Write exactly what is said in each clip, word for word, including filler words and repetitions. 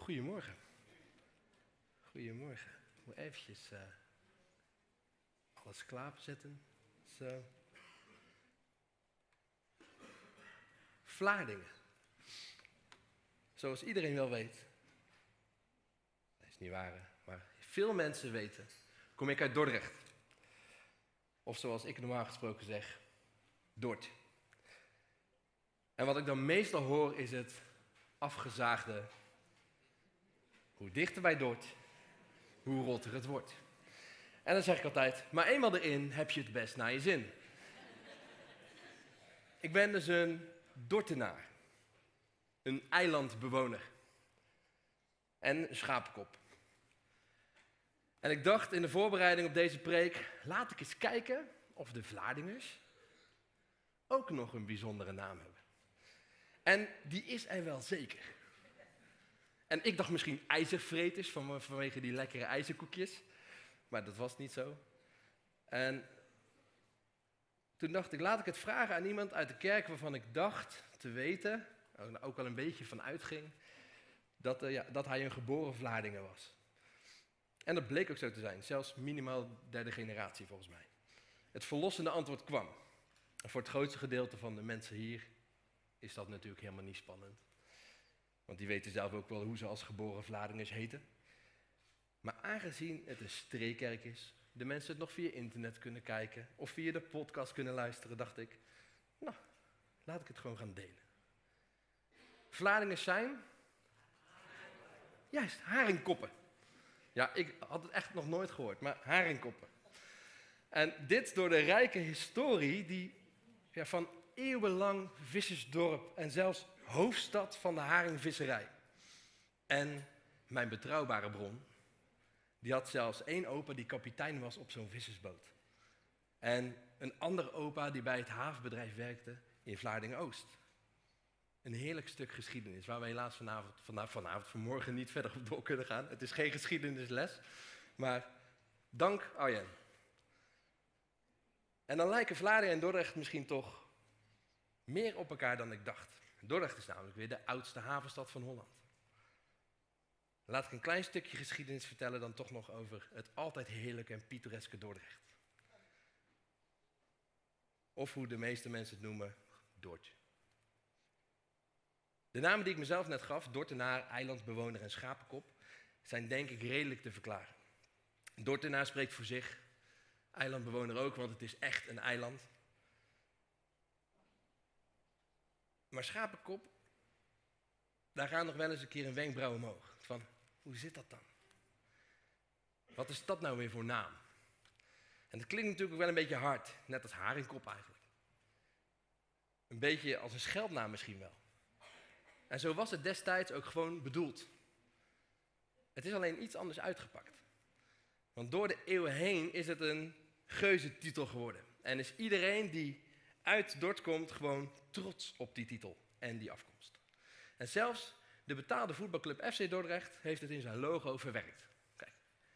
Goedemorgen. Goedemorgen. Ik moet eventjes uh, alles klaarzetten. Zo. Vlaardingen. Zoals iedereen wel weet. Dat is niet waar, maar veel mensen weten. Kom ik uit Dordrecht. Of zoals ik normaal gesproken zeg, Dort. En wat ik dan meestal hoor is het afgezaagde. Hoe dichter bij Dort, hoe rotter het wordt. En dan zeg ik altijd, maar eenmaal erin heb je het best naar je zin. Ik ben dus een Dortenaar. Een eilandbewoner. En een schaapkop. En ik dacht in de voorbereiding op deze preek, laat ik eens kijken of de Vlaardingers ook nog een bijzondere naam hebben. En die is er wel zeker. En ik dacht misschien ijzervreters van, vanwege die lekkere ijzerkoekjes. Maar dat was niet zo. En toen dacht ik, laat ik het vragen aan iemand uit de kerk waarvan ik dacht te weten, ook al een beetje van uitging, dat, uh, ja, dat hij een geboren Vlaardinger was. En dat bleek ook zo te zijn, zelfs minimaal derde generatie volgens mij. Het verlossende antwoord kwam. En voor het grootste gedeelte van de mensen hier is dat natuurlijk helemaal niet spannend. Want die weten zelf ook wel hoe ze als geboren Vlaardingers heten. Maar aangezien het een streekkerk is, de mensen het nog via internet kunnen kijken of via de podcast kunnen luisteren, dacht ik, nou, laat ik het gewoon gaan delen. Vlaardingers zijn? Juist, haringkoppen. Ja, ik had het echt nog nooit gehoord, maar haringkoppen. En dit door de rijke historie die ja, van eeuwenlang vissersdorp en zelfs hoofdstad van de haringvisserij. En mijn betrouwbare bron, die had zelfs één opa die kapitein was op zo'n vissersboot. En een andere opa die bij het havenbedrijf werkte in Vlaardingen-Oost. Een heerlijk stuk geschiedenis, waar we helaas vanavond, vanavond, vanavond, vanmorgen niet verder op door kunnen gaan. Het is geen geschiedenisles, maar dank Arjen. En dan lijken Vlaardingen en Dordrecht misschien toch meer op elkaar dan ik dacht. Dordrecht is namelijk weer de oudste havenstad van Holland. Laat ik een klein stukje geschiedenis vertellen dan toch nog over het altijd heerlijke en pittoreske Dordrecht. Of hoe de meeste mensen het noemen, Dort. De namen die ik mezelf net gaf, Dortenaar, eilandbewoner en schapenkop, zijn denk ik redelijk te verklaren. Dortenaar spreekt voor zich, eilandbewoner ook, want het is echt een eiland. Maar schapenkop, daar gaat nog wel eens een keer een wenkbrauw omhoog. Van, hoe zit dat dan? Wat is dat nou weer voor naam? En dat klinkt natuurlijk wel een beetje hard, net als haringkop eigenlijk. Een beetje als een scheldnaam misschien wel. En zo was het destijds ook gewoon bedoeld. Het is alleen iets anders uitgepakt. Want door de eeuwen heen is het een geuzetitel geworden. En is iedereen die uit Dort komt gewoon trots op die titel en die afkomst. En zelfs de betaalde voetbalclub F C Dordrecht heeft het in zijn logo verwerkt. Kijk.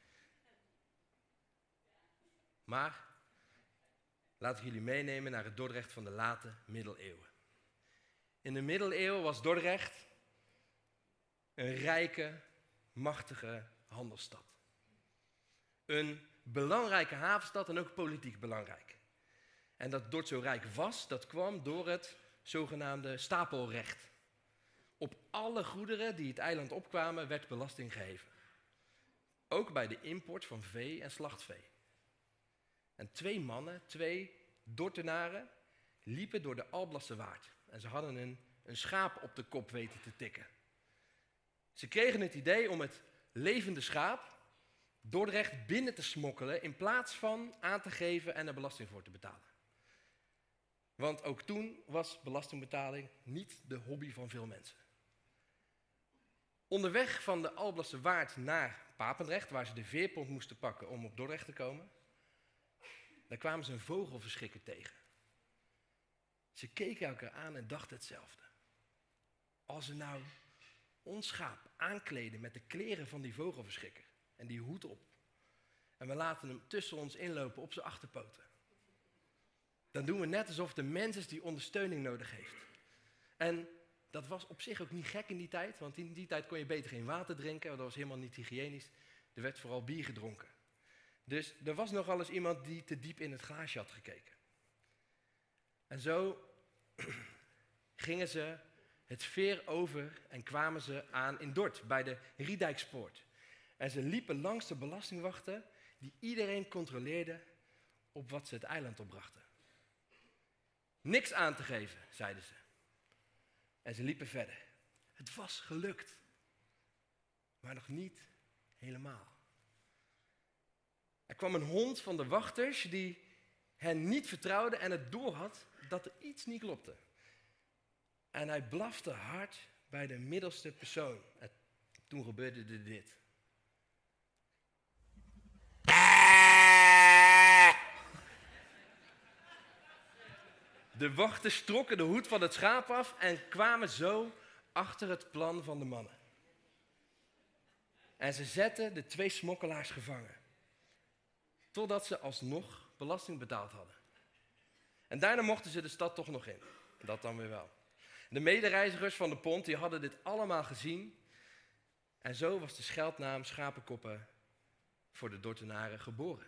Maar laat ik jullie meenemen naar het Dordrecht van de late middeleeuwen. In de middeleeuwen was Dordrecht een rijke, machtige handelsstad. Een belangrijke havenstad en ook politiek belangrijk. En dat Dort zo rijk was, dat kwam door het zogenaamde stapelrecht. Op alle goederen die het eiland opkwamen, werd belasting geheven. Ook bij de import van vee en slachtvee. En twee mannen, twee Dortenaren, liepen door de Alblasserwaard. En ze hadden een, een schaap op de kop weten te tikken. Ze kregen het idee om het levende schaap Dordrecht binnen te smokkelen in plaats van aan te geven en er belasting voor te betalen. Want ook toen was belastingbetaling niet de hobby van veel mensen. Onderweg van de Alblasserwaard naar Papendrecht, waar ze de veerpont moesten pakken om op Dordrecht te komen, daar kwamen ze een vogelverschrikker tegen. Ze keken elkaar aan en dachten hetzelfde. Als we nou ons schaap aankleden met de kleren van die vogelverschrikker en die hoed op, en we laten hem tussen ons inlopen op zijn achterpoten, dan doen we net alsof de mens is die ondersteuning nodig heeft. En dat was op zich ook niet gek in die tijd, want in die tijd kon je beter geen water drinken, want dat was helemaal niet hygiënisch. Er werd vooral bier gedronken. Dus er was nogal eens iemand die te diep in het glaasje had gekeken. En zo gingen ze het veer over en kwamen ze aan in Dort, bij de Riedijkspoort. En ze liepen langs de belastingwachten die iedereen controleerden op wat ze het eiland opbrachten. Niks aan te geven, zeiden ze. En ze liepen verder. Het was gelukt. Maar nog niet helemaal. Er kwam een hond van de wachters die hen niet vertrouwde en het doorhad dat er iets niet klopte. En hij blafte hard bij de middelste persoon. En toen gebeurde er dit. De wachters trokken de hoed van het schaap af en kwamen zo achter het plan van de mannen. En ze zetten de twee smokkelaars gevangen. Totdat ze alsnog belasting betaald hadden. En daarna mochten ze de stad toch nog in. Dat dan weer wel. De medereizigers van de pont die hadden dit allemaal gezien. En zo was de scheldnaam Schapenkoppen voor de Dordtenaren geboren.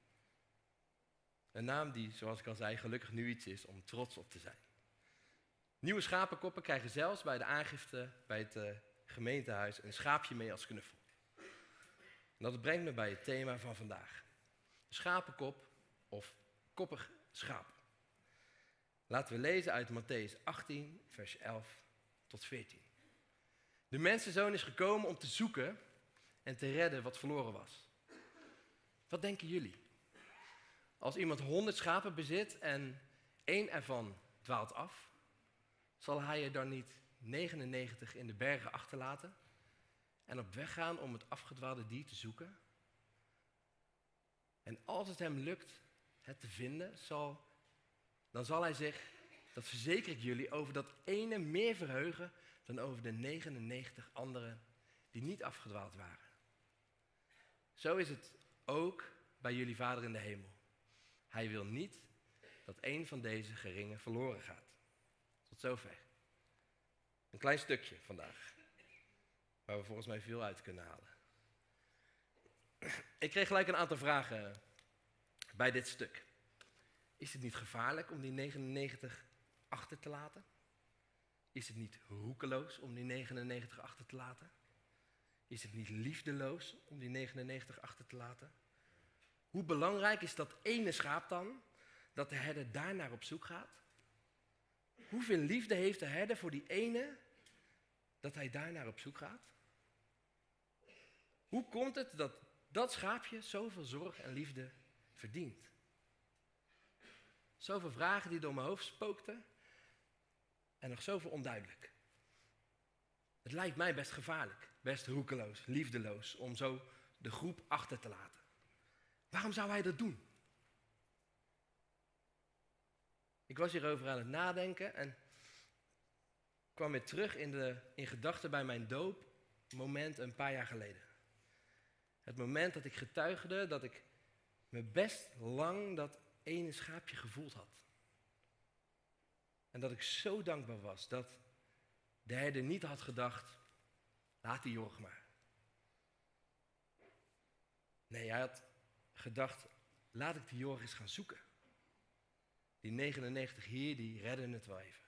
Een naam die, zoals ik al zei, gelukkig nu iets is om trots op te zijn. Nieuwe Schapenkoppen krijgen zelfs bij de aangifte bij het uh, gemeentehuis een schaapje mee als knuffel. En dat brengt me bij het thema van vandaag. Schapenkop of koppig schaap. Laten we lezen uit Mattheüs achttien, vers elf tot veertien. De mensenzoon is gekomen om te zoeken en te redden wat verloren was. Wat denken jullie? Als iemand honderd schapen bezit en één ervan dwaalt af, zal hij er dan niet negenennegentig in de bergen achterlaten en op weg gaan om het afgedwaalde dier te zoeken? En als het hem lukt het te vinden, zal, dan zal hij zich, dat verzeker ik jullie, over dat ene meer verheugen dan over de negenennegentig anderen die niet afgedwaald waren. Zo is het ook bij jullie Vader in de hemel. Hij wil niet dat één van deze geringen verloren gaat. Tot zover. Een klein stukje vandaag, waar we volgens mij veel uit kunnen halen. Ik kreeg gelijk een aantal vragen bij dit stuk. Is het niet gevaarlijk om die negenennegentig achter te laten? Is het niet roekeloos om die negenennegentig achter te laten? Is het niet liefdeloos om die negenennegentig achter te laten? Hoe belangrijk is dat ene schaap dan, dat de herder daarnaar op zoek gaat? Hoeveel liefde heeft de herder voor die ene, dat hij daarnaar op zoek gaat? Hoe komt het dat dat schaapje zoveel zorg en liefde verdient? Zoveel vragen die door mijn hoofd spookten en nog zoveel onduidelijk. Het lijkt mij best gevaarlijk, best roekeloos, liefdeloos om zo de groep achter te laten. Waarom zou hij dat doen? Ik was hierover aan het nadenken en kwam weer terug in, de, in gedachten bij mijn doopmoment een paar jaar geleden. Het moment dat ik getuigde dat ik me best lang dat ene schaapje gevoeld had. En dat ik zo dankbaar was dat de herder niet had gedacht, laat die Jorg maar. Nee, hij had gedacht, laat ik die Jorg eens gaan zoeken. Die negenennegentig hier, die redden het wel even.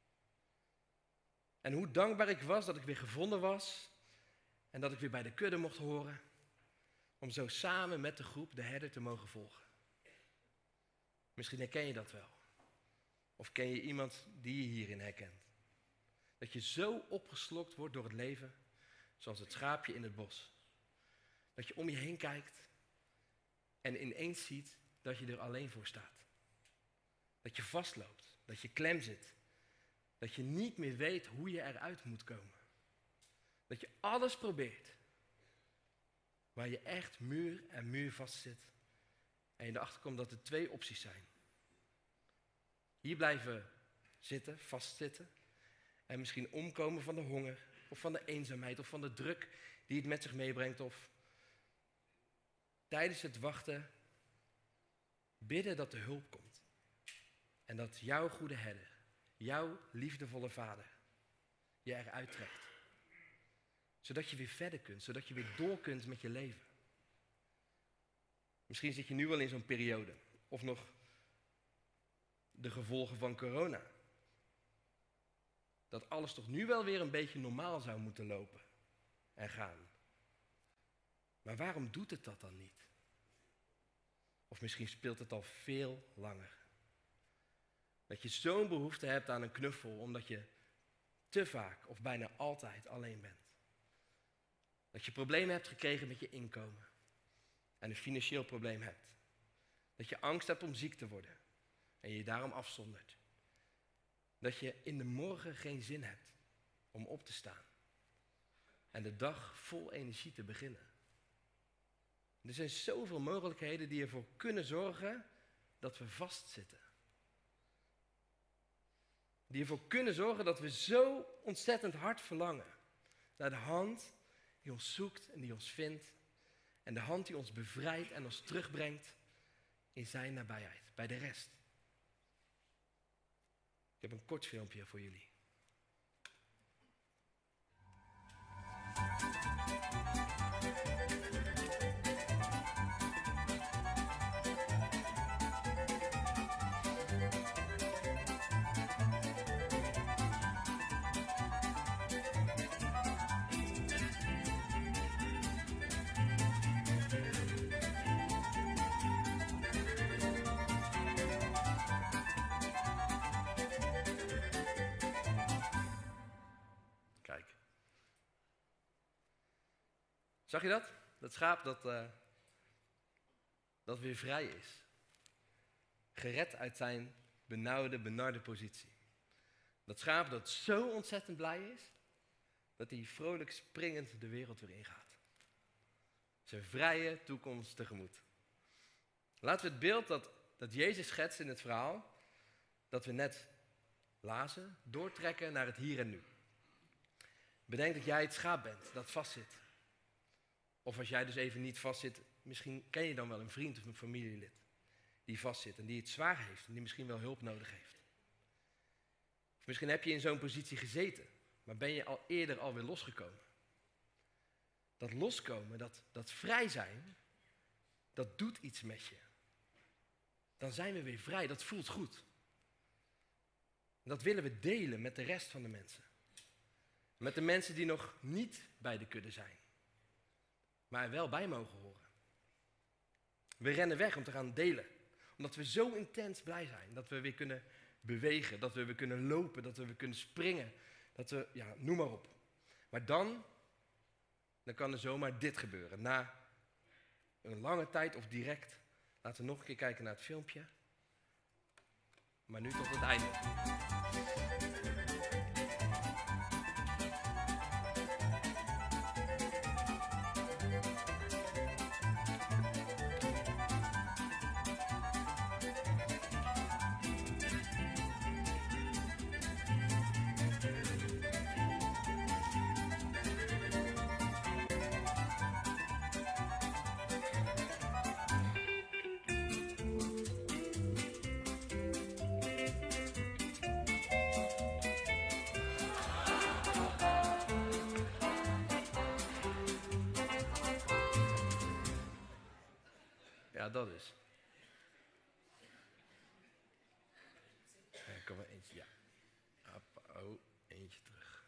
En hoe dankbaar ik was dat ik weer gevonden was en dat ik weer bij de kudde mocht horen, om zo samen met de groep de herder te mogen volgen. Misschien herken je dat wel. Of ken je iemand die je hierin herkent. Dat je zo opgeslokt wordt door het leven, zoals het schaapje in het bos. Dat je om je heen kijkt en ineens ziet dat je er alleen voor staat. Dat je vastloopt, dat je klem zit. Dat je niet meer weet hoe je eruit moet komen. Dat je alles probeert. Waar je echt muur en muur vast zit. En je erachter komt dat er twee opties zijn. Hier blijven zitten, vastzitten. En misschien omkomen van de honger. Of van de eenzaamheid. Of van de druk die het met zich meebrengt. Of tijdens het wachten bidden dat de hulp komt. En dat jouw goede herder, jouw liefdevolle vader, je eruit trekt. Zodat je weer verder kunt, zodat je weer door kunt met je leven. Misschien zit je nu wel in zo'n periode, of nog de gevolgen van corona. Dat alles toch nu wel weer een beetje normaal zou moeten lopen en gaan. Maar waarom doet het dat dan niet? Of misschien speelt het al veel langer. Dat je zo'n behoefte hebt aan een knuffel, omdat je te vaak of bijna altijd alleen bent. Dat je problemen hebt gekregen met je inkomen en een financieel probleem hebt. Dat je angst hebt om ziek te worden en je je daarom afzondert. Dat je in de morgen geen zin hebt om op te staan en de dag vol energie te beginnen. Er zijn zoveel mogelijkheden die ervoor kunnen zorgen dat we vastzitten. Die ervoor kunnen zorgen dat we zo ontzettend hard verlangen naar de hand die ons zoekt en die ons vindt. En de hand die ons bevrijdt en ons terugbrengt in zijn nabijheid, bij de rest. Ik heb een kort filmpje voor jullie. Kijk. Zag je dat? Dat schaap dat, uh, dat weer vrij is. Gered uit zijn benauwde, benarde positie. Dat schaap dat zo ontzettend blij is, dat hij vrolijk springend de wereld weer ingaat. Zijn vrije toekomst tegemoet. Laten we het beeld dat, dat Jezus schetst in het verhaal, dat we net lazen, doortrekken naar het hier en nu. Bedenk dat jij het schaap bent dat vastzit. Of als jij dus even niet vastzit, misschien ken je dan wel een vriend of een familielid die vastzit en die het zwaar heeft en die misschien wel hulp nodig heeft. Of misschien heb je in zo'n positie gezeten, maar ben je al eerder alweer losgekomen. Dat loskomen, dat, dat vrij zijn, dat doet iets met je. Dan zijn we weer vrij, dat voelt goed. Dat willen we delen met de rest van de mensen. Met de mensen die nog niet bij de kudde zijn, maar er wel bij mogen horen. We rennen weg om te gaan delen, omdat we zo intens blij zijn dat we weer kunnen bewegen, dat we weer kunnen lopen, dat we weer kunnen springen, dat we, ja, noem maar op. Maar dan, dan kan er zomaar dit gebeuren. Na een lange tijd of direct, laten we nog een keer kijken naar het filmpje. Maar nu tot het einde. Ja, dat is. Er komt er eentje, ja. Hoppa, oh, eentje terug.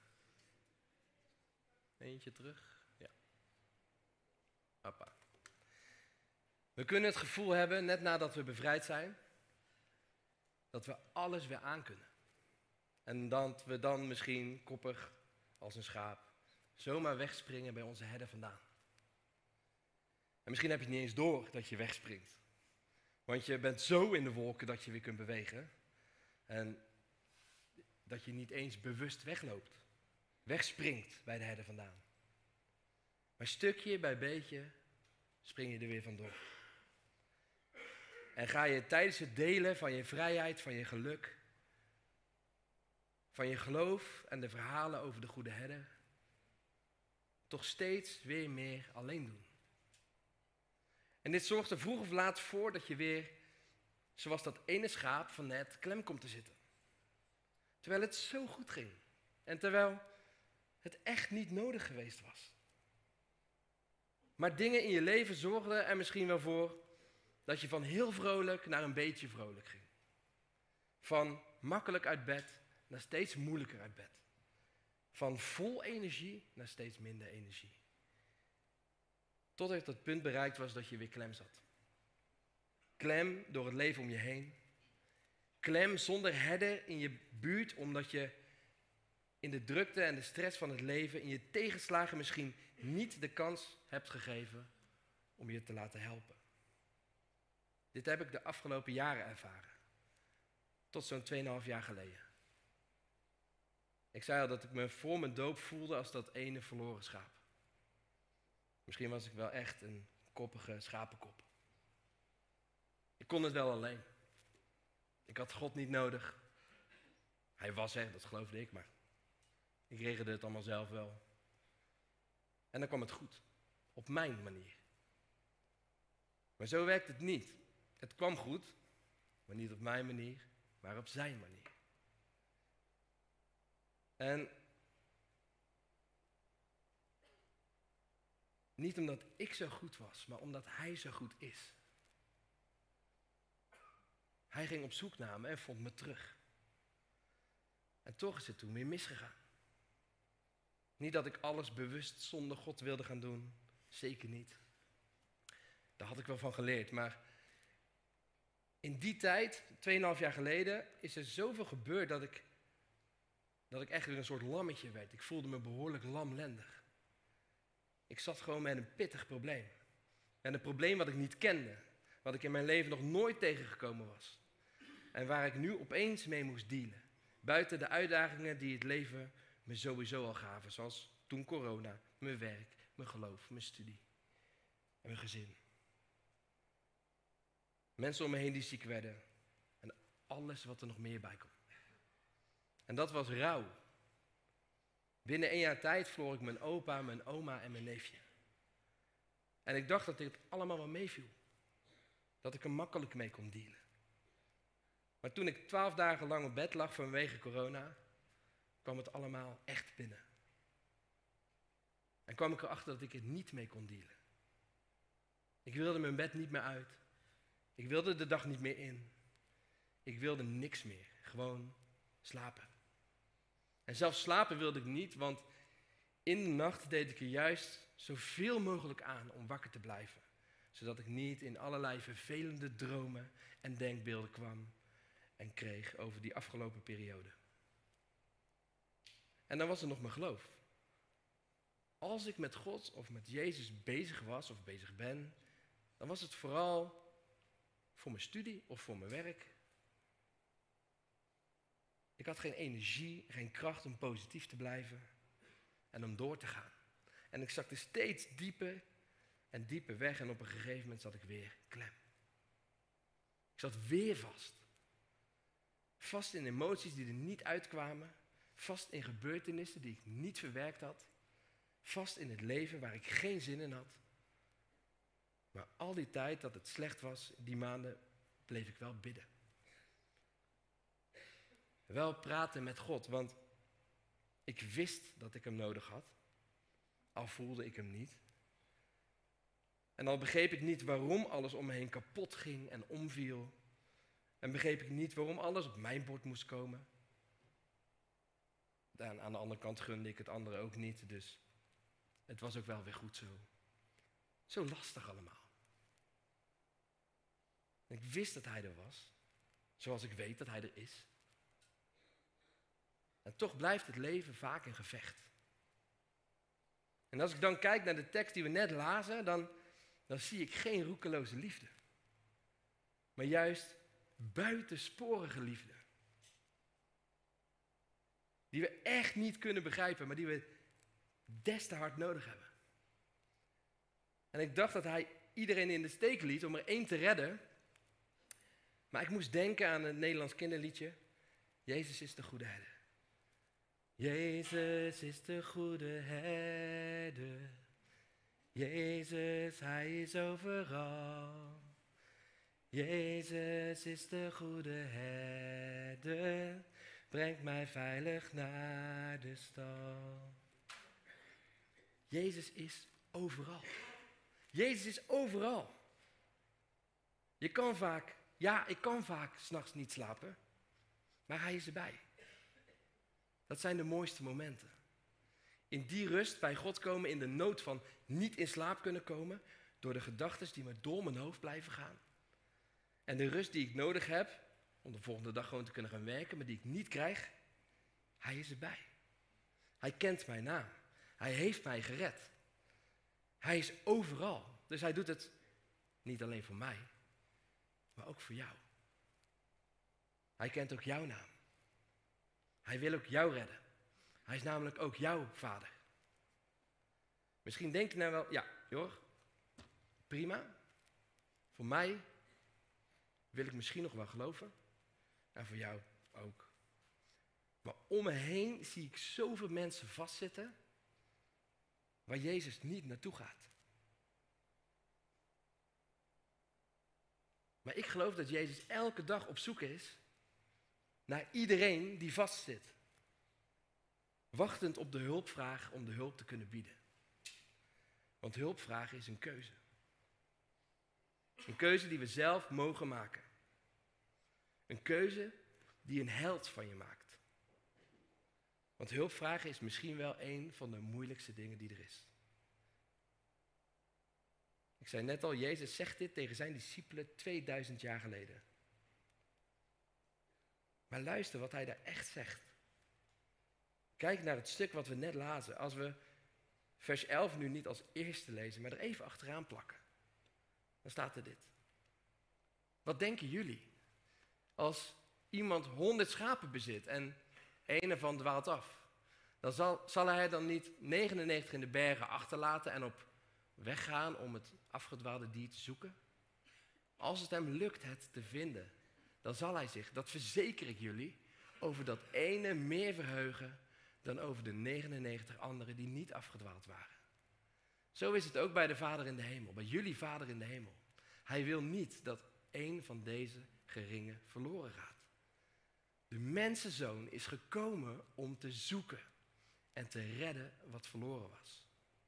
Eentje terug, ja. Hoppa. We kunnen het gevoel hebben, net nadat we bevrijd zijn, dat we alles weer aan kunnen. En dat we dan misschien koppig als een schaap zomaar wegspringen bij onze herder vandaan. En misschien heb je het niet eens door dat je wegspringt. Want je bent zo in de wolken dat je weer kunt bewegen. En dat je niet eens bewust wegloopt. Wegspringt bij de herder vandaan. Maar stukje bij beetje spring je er weer vandoor. En ga je tijdens het delen van je vrijheid, van je geluk, van je geloof en de verhalen over de goede herder, toch steeds weer meer alleen doen. En dit zorgt er vroeg of laat voor dat je weer, zoals dat ene schaap van net, klem komt te zitten. Terwijl het zo goed ging. En terwijl het echt niet nodig geweest was. Maar dingen in je leven zorgden er misschien wel voor dat je van heel vrolijk naar een beetje vrolijk ging. Van makkelijk uit bed naar steeds moeilijker uit bed. Van vol energie naar steeds minder energie. Totdat het punt bereikt was dat je weer klem zat. Klem door het leven om je heen. Klem zonder herder in je buurt, omdat je in de drukte en de stress van het leven, in je tegenslagen misschien niet de kans hebt gegeven om je te laten helpen. Dit heb ik de afgelopen jaren ervaren. Tot zo'n tweeënhalf jaar geleden. Ik zei al dat ik me voor mijn doop voelde als dat ene verloren schaap. Misschien was ik wel echt een koppige schapenkop. Ik kon het wel alleen. Ik had God niet nodig. Hij was er, dat geloofde ik, maar ik regelde het allemaal zelf wel. En dan kwam het goed. Op mijn manier. Maar zo werkt het niet. Het kwam goed, maar niet op mijn manier, maar op zijn manier. En niet omdat ik zo goed was, maar omdat hij zo goed is. Hij ging op zoek naar me en vond me terug. En toch is het toen weer misgegaan. Niet dat ik alles bewust zonder God wilde gaan doen. Zeker niet. Daar had ik wel van geleerd. Maar in die tijd, tweeënhalf jaar geleden, is er zoveel gebeurd dat ik, dat ik echt weer een soort lammetje werd. Ik voelde me behoorlijk lamlendig. Ik zat gewoon met een pittig probleem. En een probleem wat ik niet kende. Wat ik in mijn leven nog nooit tegengekomen was. En waar ik nu opeens mee moest dealen. Buiten de uitdagingen die het leven me sowieso al gaven. Zoals toen corona, mijn werk, mijn geloof, mijn studie en mijn gezin. Mensen om me heen die ziek werden. En alles wat er nog meer bij kwam. En dat was rouw. Binnen één jaar tijd verloor ik mijn opa, mijn oma en mijn neefje. En ik dacht dat dit allemaal wel meeviel. Dat ik er makkelijk mee kon dealen. Maar toen ik twaalf dagen lang op bed lag vanwege corona, kwam het allemaal echt binnen. En kwam ik erachter dat ik er niet mee kon dealen. Ik wilde mijn bed niet meer uit. Ik wilde de dag niet meer in. Ik wilde niks meer. Gewoon slapen. En zelfs slapen wilde ik niet, want in de nacht deed ik er juist zoveel mogelijk aan om wakker te blijven. Zodat ik niet in allerlei vervelende dromen en denkbeelden kwam en kreeg over die afgelopen periode. En dan was er nog mijn geloof. Als ik met God of met Jezus bezig was of bezig ben, dan was het vooral voor mijn studie of voor mijn werk. Ik had geen energie, geen kracht om positief te blijven en om door te gaan. En ik zakte steeds dieper en dieper weg en op een gegeven moment zat ik weer klem. Ik zat weer vast. Vast in emoties die er niet uitkwamen. Vast in gebeurtenissen die ik niet verwerkt had. Vast in het leven waar ik geen zin in had. Maar al die tijd dat het slecht was, die maanden, bleef ik wel bidden. Wel praten met God, want ik wist dat ik hem nodig had. Al voelde ik hem niet. En al begreep ik niet waarom alles om me heen kapot ging en omviel. En begreep ik niet waarom alles op mijn bord moest komen. En aan de andere kant gunde ik het andere ook niet, dus het was ook wel weer goed zo. Zo lastig allemaal. En ik wist dat hij er was, zoals ik weet dat hij er is. En toch blijft het leven vaak een gevecht. En als ik dan kijk naar de tekst die we net lazen, dan, dan zie ik geen roekeloze liefde. Maar juist buitensporige liefde. Die we echt niet kunnen begrijpen, maar die we des te hard nodig hebben. En ik dacht dat hij iedereen in de steek liet om er één te redden. Maar ik moest denken aan het Nederlands kinderliedje. Jezus is de goede herder. Jezus is de goede herder. Jezus, hij is overal. Jezus is de goede herder. Brengt mij veilig naar de stal. Jezus is overal. Jezus is overal. Je kan vaak, ja, ik kan vaak 's nachts niet slapen, maar hij is erbij. Dat zijn de mooiste momenten. In die rust bij God komen, in de nood van niet in slaap kunnen komen, door de gedachten die me door mijn hoofd blijven gaan. En de rust die ik nodig heb, om de volgende dag gewoon te kunnen gaan werken, maar die ik niet krijg, hij is erbij. Hij kent mijn naam. Hij heeft mij gered. Hij is overal. Dus hij doet het niet alleen voor mij, maar ook voor jou. Hij kent ook jouw naam. Hij wil ook jou redden. Hij is namelijk ook jouw vader. Misschien denk je nou wel, ja, joh, prima. Voor mij wil ik misschien nog wel geloven. En voor jou ook. Maar om me heen zie ik zoveel mensen vastzitten waar Jezus niet naartoe gaat. Maar ik geloof dat Jezus elke dag op zoek is naar iedereen die vastzit. Wachtend op de hulpvraag om de hulp te kunnen bieden. Want hulpvragen is een keuze. Een keuze die we zelf mogen maken. Een keuze die een held van je maakt. Want hulpvragen is misschien wel een van de moeilijkste dingen die er is. Ik zei net al, Jezus zegt dit tegen zijn discipelen tweeduizend jaar geleden. Maar luister wat hij daar echt zegt. Kijk naar het stuk wat we net lazen. Als we vers elf nu niet als eerste lezen, maar er even achteraan plakken. Dan staat er dit. Wat denken jullie? Als iemand honderd schapen bezit en een ervan dwaalt af, dan zal, zal hij dan niet negenennegentig in de bergen achterlaten en op weg gaan om het afgedwaalde dier te zoeken? Als het hem lukt het te vinden, dan zal hij zich, dat verzeker ik jullie, over dat ene meer verheugen dan over de negenennegentig anderen die niet afgedwaald waren. Zo is het ook bij de Vader in de hemel, bij jullie Vader in de hemel. Hij wil niet dat één van deze geringen verloren gaat. De mensenzoon is gekomen om te zoeken en te redden wat verloren was.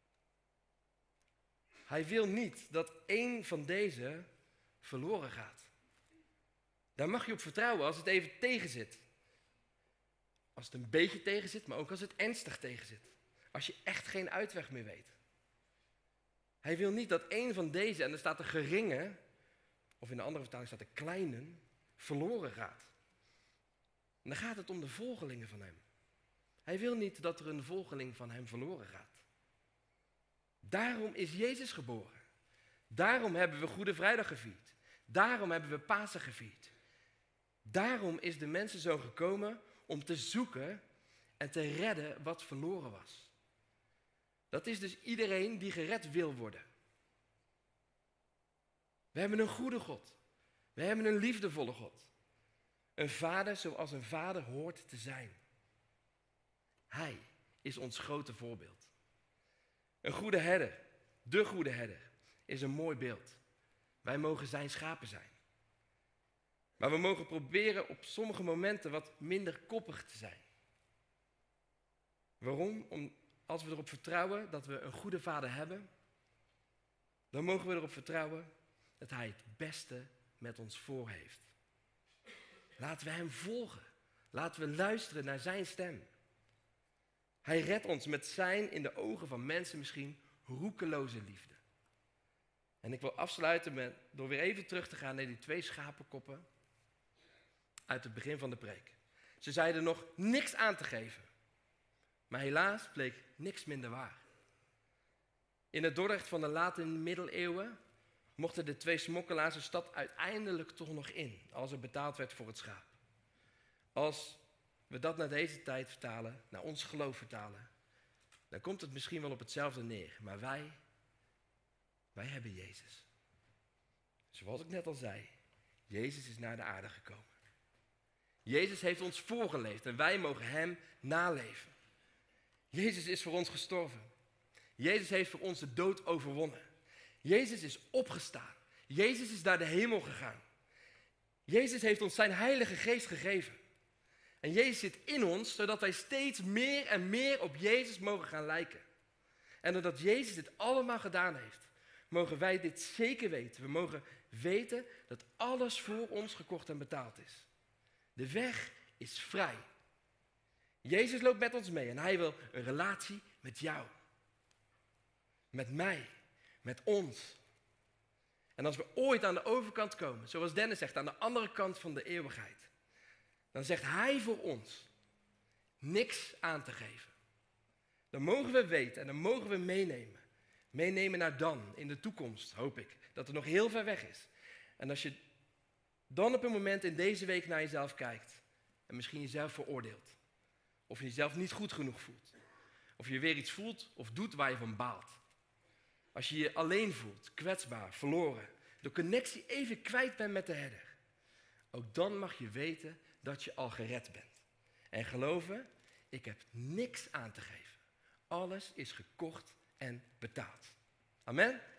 Hij wil niet dat één van deze verloren gaat. Daar mag je op vertrouwen als het even tegenzit. Als het een beetje tegenzit, maar ook als het ernstig tegenzit. Als je echt geen uitweg meer weet. Hij wil niet dat één van deze, en er staat de geringe, of in de andere vertaling staat de kleinen, verloren gaat. En dan gaat het om de volgelingen van hem. Hij wil niet dat er een volgeling van hem verloren gaat. Daarom is Jezus geboren. Daarom hebben we Goede Vrijdag gevierd. Daarom hebben we Pasen gevierd. Daarom is de mensenzoon gekomen om te zoeken en te redden wat verloren was. Dat is dus iedereen die gered wil worden. We hebben een goede God. We hebben een liefdevolle God. Een vader zoals een vader hoort te zijn. Hij is ons grote voorbeeld. Een goede herder, de goede herder, is een mooi beeld. Wij mogen zijn schapen zijn. Maar we mogen proberen op sommige momenten wat minder koppig te zijn. Waarom? Om, als we erop vertrouwen dat we een goede vader hebben, dan mogen we erop vertrouwen dat hij het beste met ons voor heeft. Laten we hem volgen. Laten we luisteren naar zijn stem. Hij redt ons met zijn in de ogen van mensen misschien roekeloze liefde. En ik wil afsluiten met, door weer even terug te gaan naar die twee schapenkoppen uit het begin van de preek. Ze zeiden nog niks aan te geven. Maar helaas bleek niks minder waar. In het Dordrecht van de late middeleeuwen mochten de twee smokkelaars de stad uiteindelijk toch nog in, als er betaald werd voor het schaap. Als we dat naar deze tijd vertalen, naar ons geloof vertalen, dan komt het misschien wel op hetzelfde neer. Maar wij, wij hebben Jezus. Zoals ik net al zei, Jezus is naar de aarde gekomen. Jezus heeft ons voorgeleefd en wij mogen hem naleven. Jezus is voor ons gestorven. Jezus heeft voor ons de dood overwonnen. Jezus is opgestaan. Jezus is naar de hemel gegaan. Jezus heeft ons zijn heilige geest gegeven. En Jezus zit in ons, zodat wij steeds meer en meer op Jezus mogen gaan lijken. En doordat Jezus dit allemaal gedaan heeft, mogen wij dit zeker weten. We mogen weten dat alles voor ons gekocht en betaald is. De weg is vrij. Jezus loopt met ons mee en hij wil een relatie met jou. Met mij. Met ons. En als we ooit aan de overkant komen, zoals Dennis zegt, aan de andere kant van de eeuwigheid, dan zegt hij voor ons niks aan te geven. Dan mogen we weten en dan mogen we meenemen. Meenemen naar dan, in de toekomst, hoop ik. Dat het nog heel ver weg is. En als je dan op een moment in deze week naar jezelf kijkt en misschien jezelf veroordeelt. Of je jezelf niet goed genoeg voelt. Of je weer iets voelt of doet waar je van baalt. Als je je alleen voelt, kwetsbaar, verloren. De connectie even kwijt bent met de herder. Ook dan mag je weten dat je al gered bent. En geloven, ik heb niks aan te geven. Alles is gekocht en betaald. Amen.